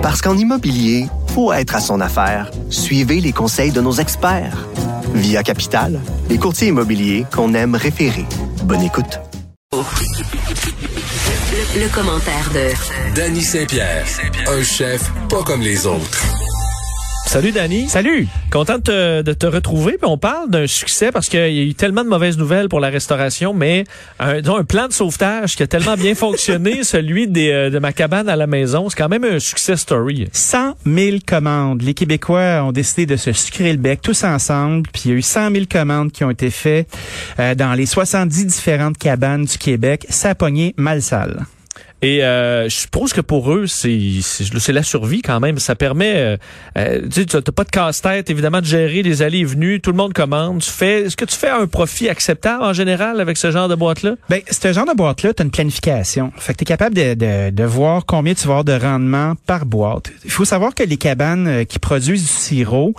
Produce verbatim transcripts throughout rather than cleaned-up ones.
Parce qu'en immobilier, faut être à son affaire. Suivez les conseils de nos experts. Via Capital, les courtiers immobiliers qu'on aime référer. Bonne écoute. Le, le commentaire de Danny Saint-Pierre, un chef pas comme les autres. Salut Danny. Salut. Content de te, de te retrouver. Puis on parle d'un succès parce qu'il y a eu tellement de mauvaises nouvelles pour la restauration, mais un, disons, un plan de sauvetage qui a tellement bien fonctionné, celui des, euh, de ma cabane à la maison. C'est quand même un success story. cent mille commandes. Les Québécois ont décidé de se sucrer le bec tous ensemble. Puis il y a eu cent mille commandes qui ont été faites euh, dans les soixante-dix différentes cabanes du Québec. Ça a pogné mal sale. Et euh, je suppose que pour eux, c'est, c'est, c'est la survie quand même. Ça permet, euh, euh, tu sais, t'as pas de casse-tête, évidemment, de gérer les allées et venues. Tout le monde commande. Tu fais, est-ce que tu fais un profit acceptable en général avec ce genre de boîte-là? Ben, ce genre de boîte-là, t'as une planification. Fait que t'es capable de, de, de voir combien tu vas avoir de rendement par boîte. Il faut savoir que les cabanes qui produisent du sirop,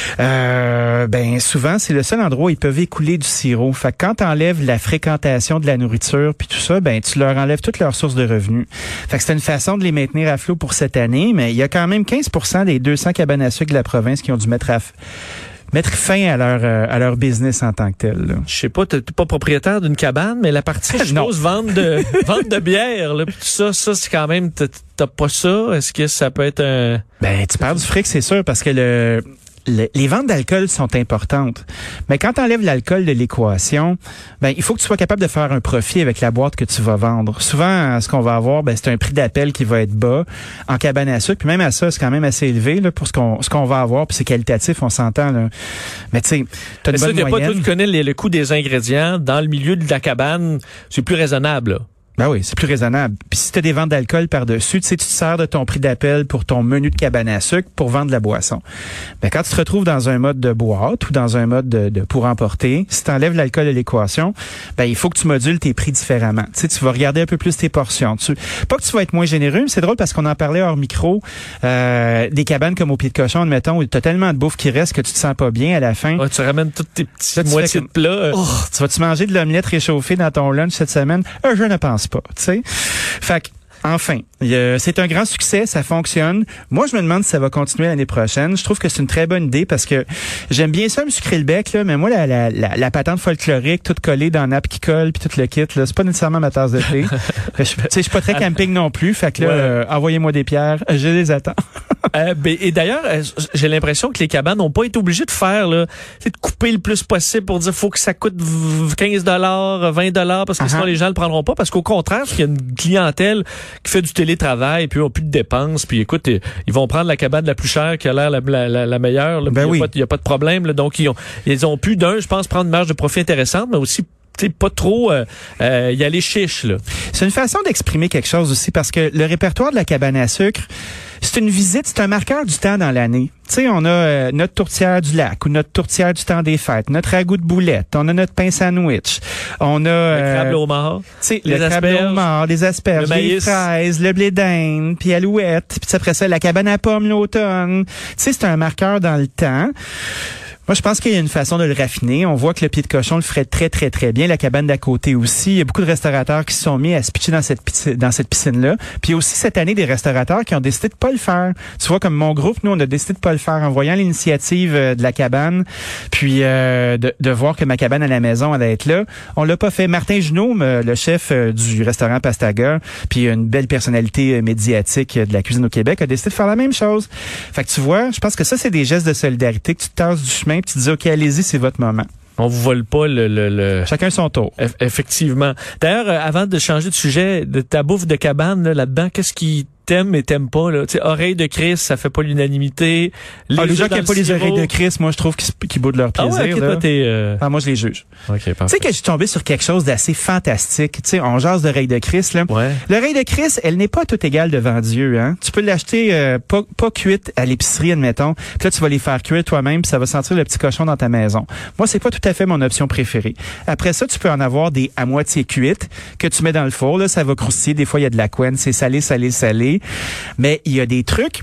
euh, ben souvent, c'est le seul endroit où ils peuvent écouler du sirop. Fait que quand t'enlèves la fréquentation de la nourriture puis tout ça, ben tu leur enlèves toutes leurs sources de revenus. Fait que c'est une façon de les maintenir à flot pour cette année, mais il y a quand même quinze pour cent des deux cents cabanes à sucre de la province qui ont dû mettre à f- mettre fin à leur euh, à leur business en tant que tel. Là. Je sais pas, t'es pas propriétaire d'une cabane, mais la partie, je suppose, vente de vente de bière, là, pis tout ça, ça c'est quand même, t'as, t'as pas ça. Est-ce que ça peut être un... Ben tu perds du fric, c'est sûr, parce que le Le, les ventes d'alcool sont importantes. Mais quand tu enlèves l'alcool de l'équation, ben il faut que tu sois capable de faire un profit avec la boîte que tu vas vendre. Souvent, ce qu'on va avoir, ben c'est un prix d'appel qui va être bas en cabane à sucre. Puis même à ça, c'est quand même assez élevé là, pour ce qu'on ce qu'on va avoir. Puis c'est qualitatif, on s'entend. Là. Mais tu sais, t'as une Mais bonne ça, moyenne. pas tout connaît le, le coût des ingrédients. Dans le milieu de la cabane, c'est plus raisonnable, là. Ben oui, c'est plus raisonnable. Puis si tu as des ventes d'alcool par-dessus, tu sais, tu te sers de ton prix d'appel pour ton menu de cabane à sucre pour vendre de la boisson. Ben quand tu te retrouves dans un mode de boîte ou dans un mode de, de pour emporter, si tu enlèves l'alcool de l'équation, ben il faut que tu modules tes prix différemment. Tu sais, tu vas regarder un peu plus tes portions. Tu, pas que tu vas être moins généreux, mais c'est drôle parce qu'on en parlait hors micro. Euh, des cabanes comme au Pied de Cochon, admettons, où tu as tellement de bouffe qui reste que tu te sens pas bien à la fin. Ouais, tu ramènes toutes tes petites Là, tu moitiés fais de plats. Oh, tu vas-tu manger de l'omelette réchauffée dans ton lunch cette semaine? Euh, je ne pense pas, tu sais. Fait que, enfin, euh, c'est un grand succès, ça fonctionne. Moi, je me demande si ça va continuer l'année prochaine. Je trouve que c'est une très bonne idée parce que j'aime bien ça me sucrer le bec, là, mais moi, la, la, la, la patente folklorique, toute collée dans la nappe qui colle, puis tout le kit, là, c'est pas nécessairement ma tasse de thé. Je sais, je suis pas très camping non plus, fait que là, ouais. euh, envoyez-moi des pierres, je les attends. euh, ben, et d'ailleurs, j'ai l'impression que les cabanes n'ont pas été obligées de faire, là, de couper le plus possible pour dire faut que ça coûte quinze dollars, vingt dollars, parce que uh-huh. sinon les gens le prendront pas, parce qu'au contraire, il y a une clientèle qui fait du télétravail, puis ils n'ont plus de dépenses, puis écoute, ils vont prendre la cabane la plus chère qui a l'air la, la, la, la meilleure, là, ben il oui. n'y a, a pas de problème, là, donc ils ont, ils ont pu d'un, je pense, prendre une marge de profit intéressante, mais aussi t'sais, pas trop euh, euh, y aller chiche, là. C'est une façon d'exprimer quelque chose aussi, parce que le répertoire de la cabane à sucre, c'est une visite, c'est un marqueur du temps dans l'année. Tu sais, on a euh, notre tourtière du lac ou notre tourtière du temps des fêtes, notre ragoût de boulettes, on a notre pain sandwich, on a... Euh, le crabe au mort, tu sais, le crabe au mort, les asperges, les fraises, le blé d'Inde, puis alouette, puis après ça, la cabane à pommes l'automne. Tu sais, c'est un marqueur dans le temps. Moi, je pense qu'il y a une façon de le raffiner. On voit que le Pied de Cochon le ferait très, très, très bien. La cabane d'à côté aussi. Il y a beaucoup de restaurateurs qui se sont mis à se pitcher dans cette piscine, dans cette piscine-là. Puis il y a aussi cette année des restaurateurs qui ont décidé de pas le faire. Tu vois, comme mon groupe, nous, on a décidé de pas le faire en voyant l'initiative de la cabane, puis euh, de, de voir que ma cabane à la maison allait être là. On l'a pas fait. Martin Junot, le chef du restaurant Pastaga, puis une belle personnalité médiatique de la cuisine au Québec, a décidé de faire la même chose. Fait que tu vois, je pense que ça, c'est des gestes de solidarité que tu te tasses du chemin. Puis tu dis, OK, allez-y, c'est votre moment. On vous vole pas le... le, le... Chacun son tour. Eff- effectivement. D'ailleurs, euh, avant de changer de sujet, de ta bouffe de cabane, là, là-dedans, qu'est-ce qui t'aimes et t'aimes pas, là? Tu sais, oreilles de Chris, ça fait pas l'unanimité. Les, ah, les gens qui aiment pas les oreilles de Chris, moi, je trouve qu'ils, qu'ils boudent leur plaisir. Ah ouais, okay, là. Toi, t'es, euh... ah, moi, je les juge. Okay, tu sais que je suis tombé sur quelque chose d'assez fantastique. Tu sais, on jase d'oreilles de Chris, là. Ouais. L'oreille de Chris, elle n'est pas toute égale devant Dieu, hein. Tu peux l'acheter euh, pas, pas cuite à l'épicerie, admettons. Puis là, tu vas les faire cuire toi-même, puis ça va sentir le petit cochon dans ta maison. Moi, c'est pas tout à fait mon option préférée. Après ça, tu peux en avoir des à moitié cuites que tu mets dans le four, là. Ça va croustiller. Des fois, il y a de la couenne. C'est salé, salé, salé. Mais il y a des trucs.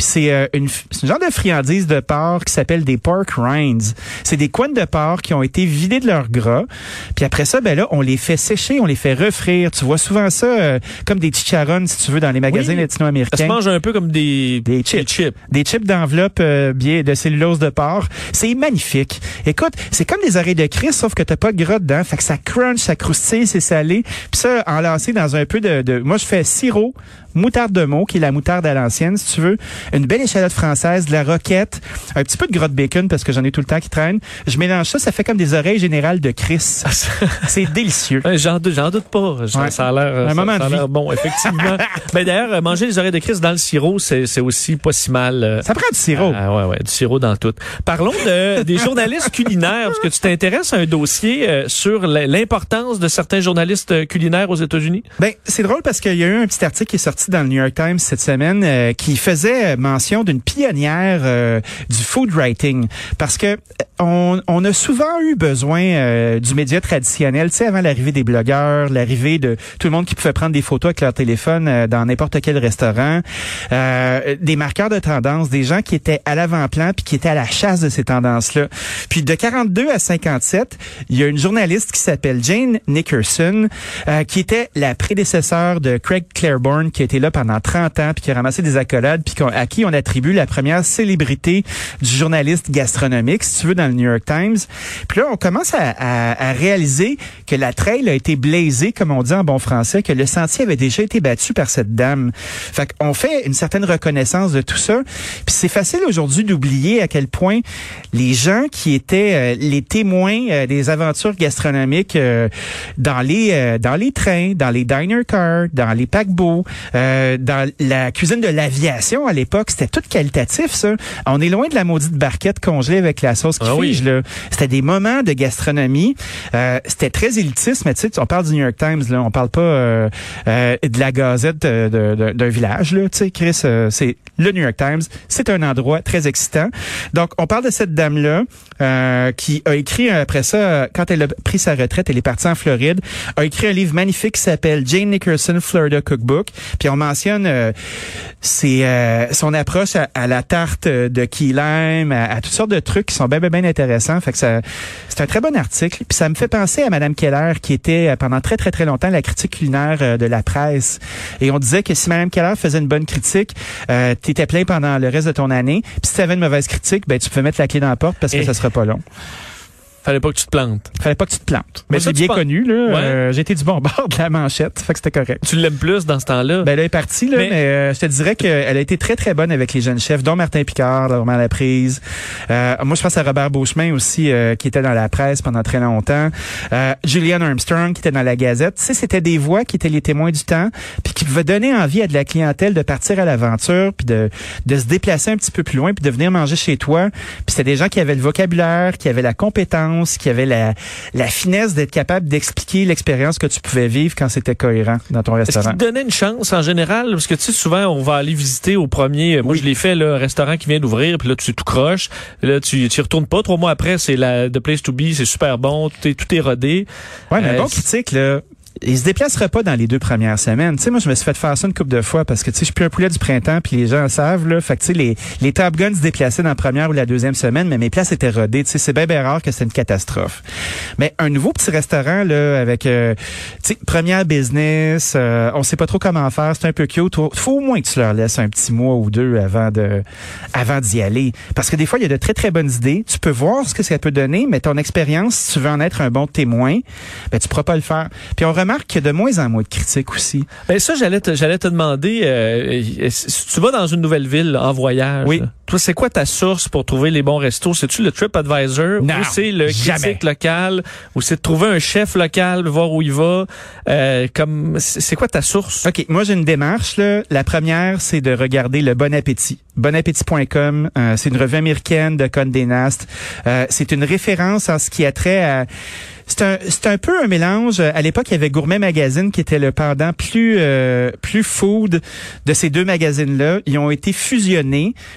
Puis c'est euh, une, c'est une genre de friandise de porc qui s'appelle des pork rinds. C'est des couennes de porc qui ont été vidées de leur gras. Puis après ça, ben là, on les fait sécher, on les fait refrire. Tu vois souvent ça euh, comme des chicharrones, si tu veux, dans les magasins oui, latino-américains. Ça se mange un peu comme des, des chips. Des chips, des chips d'enveloppe euh, bien de cellulose de porc. C'est magnifique. Écoute, c'est comme des oreilles de Christ, sauf que t'as pas de gras dedans. Fait que ça crunch, ça croustille, c'est salé. Puis ça, enlacé dans un peu de, de... Moi, je fais sirop, moutarde de Meaux, qui est la moutarde à l'ancienne, si tu veux, une belle échalote française, de la roquette, un petit peu de gras de bacon, parce que j'en ai tout le temps qui traîne. Je mélange ça, ça fait comme des oreilles générales de Chris. C'est délicieux. Ouais, j'en, doute, j'en doute pas. Ouais. Ça a l'air, un ça, moment ça a l'air bon, effectivement. Ben d'ailleurs, manger les oreilles de Chris dans le sirop, c'est, c'est aussi pas si mal. Ça prend du sirop. Ah, ouais, ouais, du sirop dans tout. Parlons de, des journalistes culinaires, parce que tu t'intéresses à un dossier euh, sur l'importance de certains journalistes culinaires aux États-Unis. Ben, c'est drôle parce qu'il y a eu un petit article qui est sorti dans le New York Times cette semaine euh, qui faisait mention d'une pionnière euh, du food writing, parce que on, on a souvent eu besoin euh, du média traditionnel, tu sais, avant l'arrivée des blogueurs, l'arrivée de tout le monde qui pouvait prendre des photos avec leur téléphone euh, dans n'importe quel restaurant, euh, des marqueurs de tendance, des gens qui étaient à l'avant-plan puis qui étaient à la chasse de ces tendances-là. Puis de quarante-deux à cinquante-sept, il y a une journaliste qui s'appelle Jane Nickerson, euh, qui était la prédécesseur de Craig Claiborne, qui a été là pendant trente ans puis qui a ramassé des accolades puis à qui on attribue la première célébrité du journaliste gastronomique, si tu veux, dans le New York Times. Puis là, on commence à, à, à réaliser que la trail a été blasée, comme on dit en bon français, que le sentier avait déjà été battu par cette dame. Fait qu'on fait une certaine reconnaissance de tout ça. Puis c'est facile aujourd'hui d'oublier à quel point les gens qui étaient euh, les témoins euh, des aventures gastronomiques euh, dans les euh, dans les trains, dans les diner cars, dans les paquebots, euh, dans la cuisine de l'aviation à l'époque, c'était tout qualitatif, ça. On est loin de la maudite barquette congelée avec la sauce qui ah fige, oui. là. C'était des moments de gastronomie. Euh, c'était très élitiste, mais tu sais, on parle du New York Times, là. On parle pas euh, euh, de la Gazette de, de, de, d'un village, là. Tu sais, Chris, euh, c'est le New York Times. C'est un endroit très excitant. Donc, on parle de cette dame-là euh, qui a écrit, après ça, quand elle a pris sa retraite, elle est partie en Floride, a écrit un livre magnifique qui s'appelle Jane Nickerson Florida Cookbook. Puis on mentionne euh, c'est euh, son approche à, à la tarte de key lime, à, à toutes sortes de trucs qui sont bien, bien, bien intéressants. Fait que ça, c'est un très bon article. Puis ça me fait penser à Madame Keller, qui était pendant très, très, très longtemps la critique culinaire de la presse. Et on disait que si Madame Keller faisait une bonne critique, euh, t'étais plein pendant le reste de ton année. Puis si t'avais une mauvaise critique, ben tu pouvais mettre la clé dans la porte parce que Et... ça sera pas long. Fallait pas que tu te plantes. Fallait pas que tu te plantes. Mais c'est bien penses... connu, là. Ouais. Euh, j'ai été du bon bord de la manchette. Fait que c'était correct. Tu l'aimes plus dans ce temps-là? Ben, elle est partie, là. Mais, mais euh, je te dirais qu'elle a été très, très bonne avec les jeunes chefs, dont Martin Picard, vraiment à la prise. Euh, moi, je pense à Robert Beauchemin aussi, euh, qui était dans la presse pendant très longtemps. Euh, Julian Armstrong, qui était dans la Gazette. Tu sais, c'était des voix qui étaient les témoins du temps, puis qui pouvaient donner envie à de la clientèle de partir à l'aventure, puis de, de se déplacer un petit peu plus loin, puis de venir manger chez toi. Puis c'était des gens qui avaient le vocabulaire, qui avaient la compétence, qui avaient la la finesse d'être capable d'expliquer l'expérience que tu pouvais vivre quand c'était cohérent dans ton restaurant. Est-ce qu'il te donnait une chance en général? Parce que tu sais, souvent, on va aller visiter au premier... Oui. Moi, je l'ai fait, là, un restaurant qui vient d'ouvrir, puis là, tu tout croches. Là, tu y retournes pas. Trois mois après, c'est la The Place to Be, c'est super bon, tout est, tout est rodé. Ouais, mais euh, un bon critique, là... Il se déplacera pas dans les deux premières semaines. Tu sais, moi, je me suis fait faire ça une couple de fois parce que, tu sais, je suis plus un poulet du printemps puis les gens le savent, là. Fait que, tu sais, les, les Top Guns se déplaçaient dans la première ou la deuxième semaine, mais mes places étaient rodées. Tu sais, c'est bien, bien rare que c'est une catastrophe. Mais un nouveau petit restaurant, là, avec, euh, tu sais, première business, euh, on sait pas trop comment faire, c'est un peu cute. Faut au moins que tu leur laisses un petit mois ou deux avant de, avant d'y aller. Parce que des fois, il y a de très, très bonnes idées. Tu peux voir ce que ça peut donner, mais ton expérience, si tu veux en être un bon témoin, ben, tu pourras pas le faire. Puis on remarque qu'il y a de moins en moins de critiques aussi. Ben ça, j'allais te, j'allais te demander, euh, si tu vas dans une nouvelle ville en voyage, oui. là, toi, c'est quoi ta source pour trouver les bons restos? C'est-tu le TripAdvisor? Non, ou c'est le jamais. critique local? Ou c'est de trouver un chef local, voir où il va? Euh, comme, c'est quoi ta source? OK, moi, j'ai une démarche, là. La première, c'est de regarder le Bon Appétit. bon appétit point com, euh, c'est une revue américaine de Condé Nast. Euh, c'est une référence en ce qui a trait à... C'est un, c'est un peu un mélange. À l'époque, il y avait Gourmet Magazine qui était le pendant plus euh, plus food de ces deux magazines-là. Ils ont été fusionnés. Puis là, tu as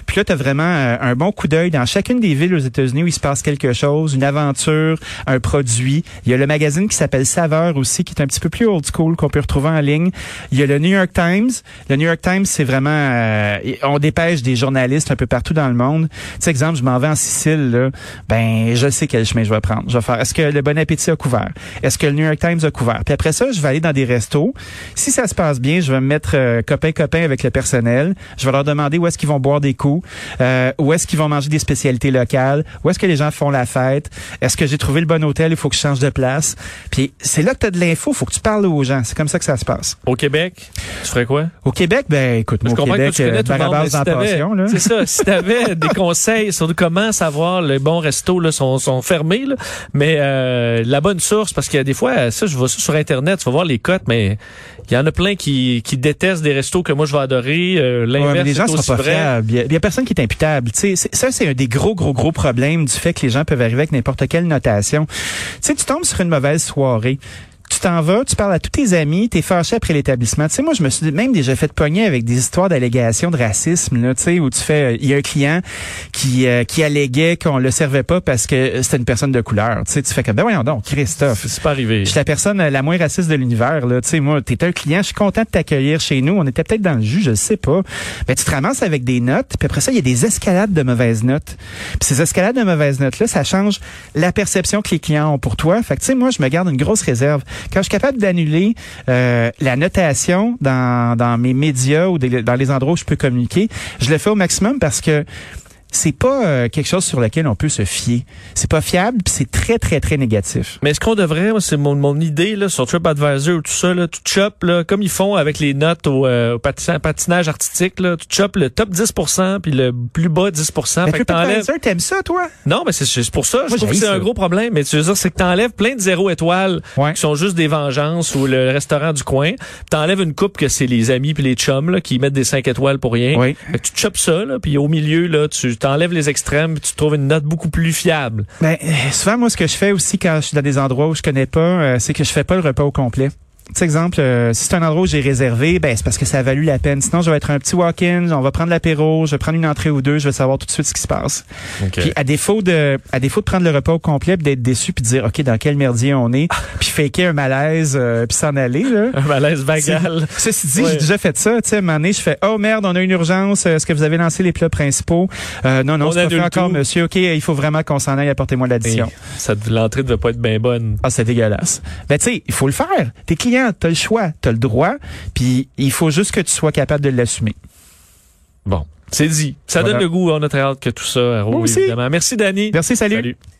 vraiment euh, un bon coup d'œil dans chacune des villes aux États-Unis où il se passe quelque chose, une aventure, un produit. Il y a le magazine qui s'appelle Saveur aussi, qui est un petit peu plus old school, qu'on peut retrouver en ligne. Il y a le New York Times. Le New York Times, c'est vraiment... Euh, on dépêche des journalistes un peu partout dans le monde. Tu sais, exemple, je m'en vais en Sicile, là, ben je sais quel chemin je vais prendre. Je vais faire, est-ce que le Bon Appétit a couvert? Est-ce que le New York Times a couvert? Puis après ça, je vais aller dans des restos. Si ça se passe bien, je vais me mettre euh, copain-copain avec le personnel. Je vais leur demander où est-ce qu'ils vont boire des coups, euh, où est-ce qu'ils vont manger des spécialités locales, où est-ce que les gens font la fête, est-ce que j'ai trouvé le bon hôtel, il faut que je change de place. Puis c'est là que tu as de l'info, il faut que tu parles aux gens. C'est comme ça que ça se passe. Au Québec, tu ferais quoi? Au Québec, ben écoute, moi, au Québec, euh, Barabas dans passion, là. C'est ça, si tu avais des conseils sur comment savoir les bons restos là, sont, sont fermés, là, mais euh, la bonne source, parce que des fois, ça, je vois ça sur Internet, tu vas voir les cotes, mais il y en a plein qui, qui détestent des restos que moi je vais adorer. Euh, l'inverse, ouais, mais les gens sont pas vrai. fiables. Il y, a, il y a personne qui est imputable. Tu sais, ça, c'est un des gros, gros, gros problèmes du fait que les gens peuvent arriver avec n'importe quelle notation. Tu sais, tu tombes sur une mauvaise soirée. Tu t'en vas, tu parles à tous tes amis, t'es fâché après l'établissement. Tu sais, moi, je me suis même déjà fait pogner avec des histoires d'allégations de racisme, là, tu sais, où tu fais, il y a un client qui euh, qui alléguait qu'on le servait pas parce que c'était une personne de couleur. Tu sais, tu fais comme, ben voyons donc, Christophe. C'est pas arrivé. Je suis la personne la moins raciste de l'univers, là. Tu sais, moi, t'es un client, je suis content de t'accueillir chez nous. On était peut-être dans le jus, je sais pas. Ben, tu te ramasses avec des notes, puis après ça, il y a des escalades de mauvaises notes. Puis ces escalades de mauvaises notes-là, ça change la perception que les clients ont pour toi. Fait que, tu sais, moi, je me garde une grosse réserve. Quand je suis capable d'annuler euh, la notation dans, dans mes médias ou des, dans les endroits où je peux communiquer, je le fais au maximum parce que c'est pas euh, quelque chose sur lequel on peut se fier. C'est pas fiable, puis c'est très, très, très négatif. Mais est-ce qu'on devrait, moi, c'est mon, mon idée là, sur TripAdvisor ou tout ça, là, tu chopes, là, comme ils font avec les notes au, euh, au patin, patinage artistique, là, tu chopes le top dix pour cent puis le plus bas dix pour cent. Mais fait que t'enlèves... t'aimes ça, toi? Non, mais c'est, c'est pour ça. Moi, je trouve que c'est ça. un gros problème. Mais tu veux dire, c'est que t'enlèves plein de zéro étoiles ouais. qui sont juste des vengeances ou le restaurant du coin. T'enlèves une coupe que c'est les amis puis les chums là, qui mettent des cinq étoiles pour rien. Oui. Fait que tu chopes ça, là, puis au milieu, là, tu t'enlèves les extrêmes. Tu trouves une note beaucoup plus fiable. Ben, souvent, moi, ce que je fais aussi quand je suis dans des endroits où je connais pas, euh, c'est que je fais pas le repas au complet. Tu sais, exemple, euh, si c'est un endroit où j'ai réservé, ben c'est parce que ça a valu la peine. Sinon, je vais être un petit walk-in, on va prendre l'apéro, je vais prendre une entrée ou deux, je vais savoir tout de suite ce qui se passe. Okay. Puis à défaut de à défaut de prendre le repas au complet, puis d'être déçu, puis de dire OK, dans quel merdier on est, puis faker un malaise, euh, puis s'en aller là. Un malaise vagal. Ceci dit, ouais. j'ai déjà fait ça. Tu sais, à un moment donné, je fais oh merde, on a une urgence. Est-ce que vous avez lancé les plats principaux euh, Non, non, c'est pas fait encore, tout. Monsieur. OK, il faut vraiment qu'on s'en aille. Apportez-moi l'addition. Et ça, l'entrée devait pas être bien bonne. Ah, c'est dégueulasse. Ben tu sais, il faut le faire. Tes clients, t'as le choix. Tu as le droit, puis il faut juste que tu sois capable de l'assumer. Bon, c'est dit. Ça voilà. donne le goût. On a très hâte que tout ça roule, évidemment. Merci, Dany. Merci, salut. Salut.